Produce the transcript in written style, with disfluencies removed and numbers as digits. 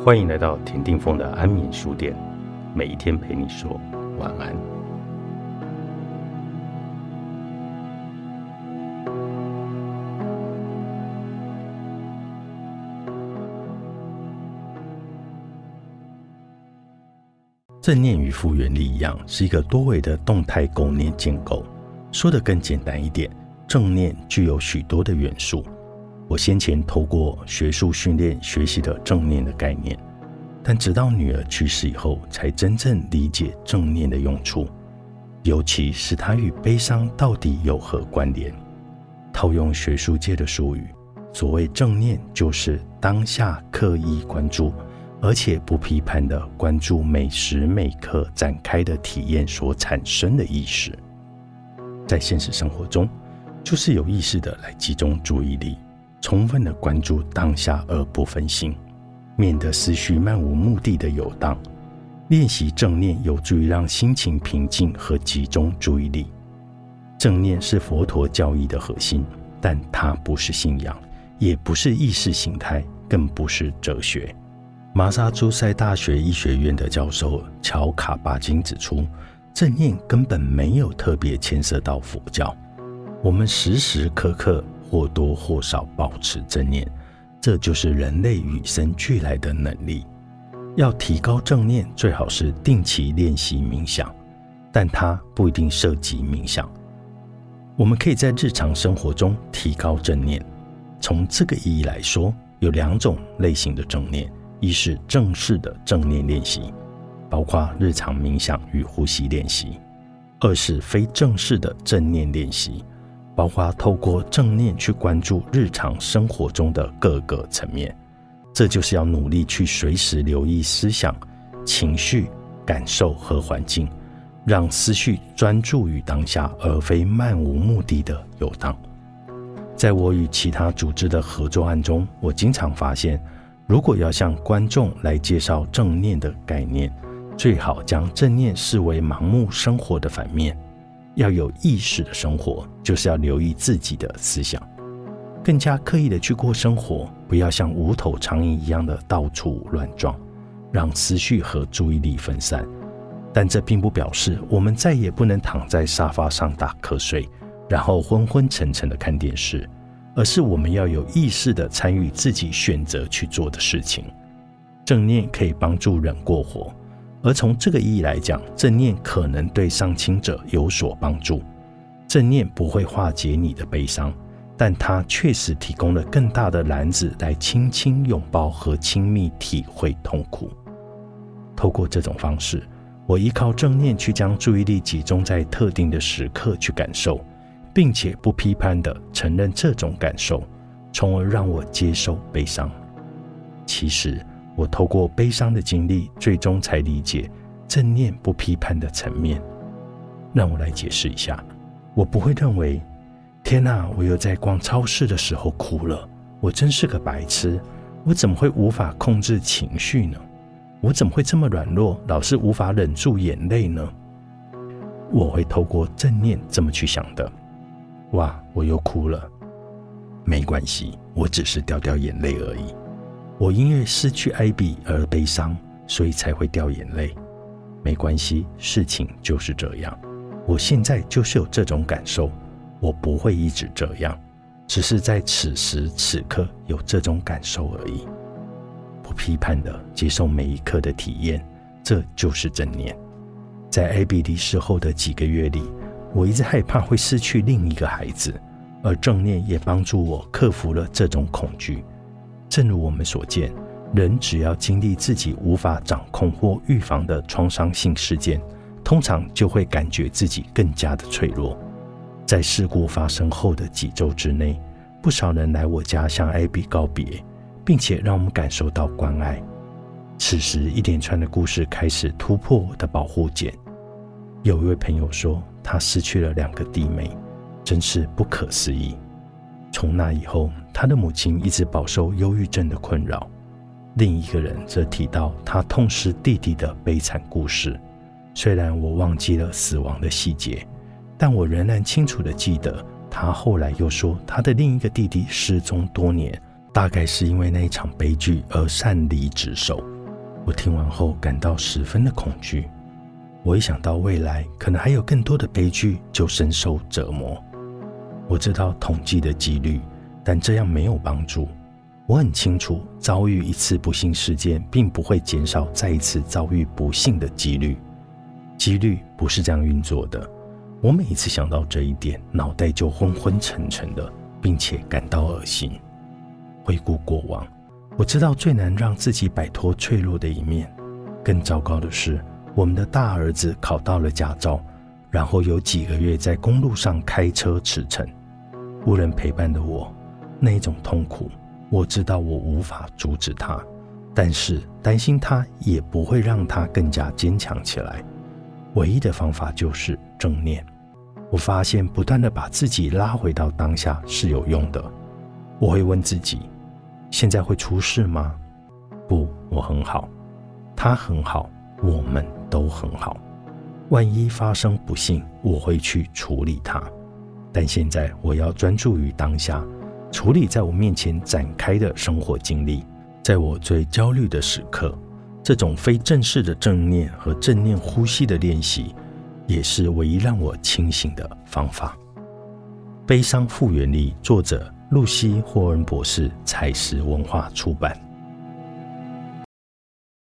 欢迎来到田定峰的安眠书店，每一天陪你说晚安。正念与复原力一样，是一个多维的动态构念建构。说得更简单一点，正念具有许多的元素。我先前透过学术训练学习了正念的概念，但直到女儿去世以后，才真正理解正念的用处，尤其是它与悲伤到底有何关联。套用学术界的术语，所谓正念就是当下刻意关注，而且不批判的关注每时每刻展开的体验所产生的意识。在现实生活中，就是有意识的来集中注意力，充分的关注当下而不分心，免得思绪漫无目的的游荡。练习正念有助于让心情平静和集中注意力。正念是佛陀教义的核心，但它不是信仰，也不是意识形态，更不是哲学。麻萨诸塞大学医学院的教授乔卡巴金指出，正念根本没有特别牵涉到佛教。我们时时刻刻或多或少保持正念，这就是人类与生俱来的能力。要提高正念，最好是定期练习冥想，但它不一定涉及冥想。我们可以在日常生活中提高正念。从这个意义来说，有两种类型的正念，一是正式的正念练习，包括日常冥想与呼吸练习；二是非正式的正念练习，包括透过正念去关注日常生活中的各个层面。这就是要努力去随时留意思想、情绪、感受和环境，让思绪专注于当下，而非漫无目的的游荡。在我与其他组织的合作案中，我经常发现，如果要向观众来介绍正念的概念，最好将正念视为盲目生活的反面。要有意识的生活，就是要留意自己的思想，更加刻意的去过生活，不要像无头苍蝇一样的到处乱撞，让思绪和注意力分散。但这并不表示我们再也不能躺在沙发上打瞌睡，然后昏昏沉沉的看电视，而是我们要有意识的参与自己选择去做的事情。正念可以帮助人过活，而从这个意义来讲，正念可能对丧亲者有所帮助。正念不会化解你的悲伤，但它确实提供了更大的篮子来轻轻拥抱和亲密体会痛苦。透过这种方式，我依靠正念去将注意力集中在特定的时刻去感受，并且不批判地承认这种感受，从而让我接受悲伤。其实我透过悲伤的经历，最终才理解正念不批判的层面。让我来解释一下，我不会认为天哪，我又在逛超市的时候哭了，我真是个白痴，我怎么会无法控制情绪呢？我怎么会这么软弱，老是无法忍住眼泪呢？我会透过正念这么去想的。哇，我又哭了，没关系，我只是掉掉眼泪而已。我因为失去艾比而悲伤，所以才会掉眼泪。没关系，事情就是这样。我现在就是有这种感受，我不会一直这样，只是在此时此刻有这种感受而已。不批判的接受每一刻的体验，这就是正念。在艾比离世后的几个月里，我一直害怕会失去另一个孩子，而正念也帮助我克服了这种恐惧。正如我们所见，人只要经历自己无法掌控或预防的创伤性事件，通常就会感觉自己更加的脆弱。在事故发生后的几周之内，不少人来我家向艾比告别，并且让我们感受到关爱。此时一连串的故事开始突破我的保护茧。有一位朋友说，他失去了2个弟妹，真是不可思议。从那以后，他的母亲一直饱受忧郁症的困扰。另一个人则提到他痛失弟弟的悲惨故事。虽然我忘记了死亡的细节，但我仍然清楚地记得，他后来又说他的另一个弟弟失踪多年，大概是因为那一场悲剧而擅离职守。 我听完后感到十分的恐惧。我一想到未来可能还有更多的悲剧，就深受折磨。我知道统计的几率，但这样没有帮助。我很清楚，遭遇一次不幸事件并不会减少再一次遭遇不幸的几率。几率不是这样运作的。我每一次想到这一点，脑袋就昏昏沉沉的，并且感到恶心。回顾过往，我知道最难让自己摆脱脆弱的一面。更糟糕的是，我们的大儿子考到了驾照，然后有几个月在公路上开车驰骋，无人陪伴的我，那一种痛苦，我知道我无法阻止他，但是担心他也不会让他更加坚强起来。唯一的方法就是正念。我发现不断地把自己拉回到当下是有用的。我会问自己，现在会出事吗？不，我很好，他很好，我们都很好。万一发生不幸，我会去处理它。但现在我要专注于当下，处理在我面前展开的生活经历。在我最焦虑的时刻，这种非正式的正念和正念呼吸的练习，也是唯一让我清醒的方法。悲伤复原力，作者露西·霍恩博士，采石文化出版。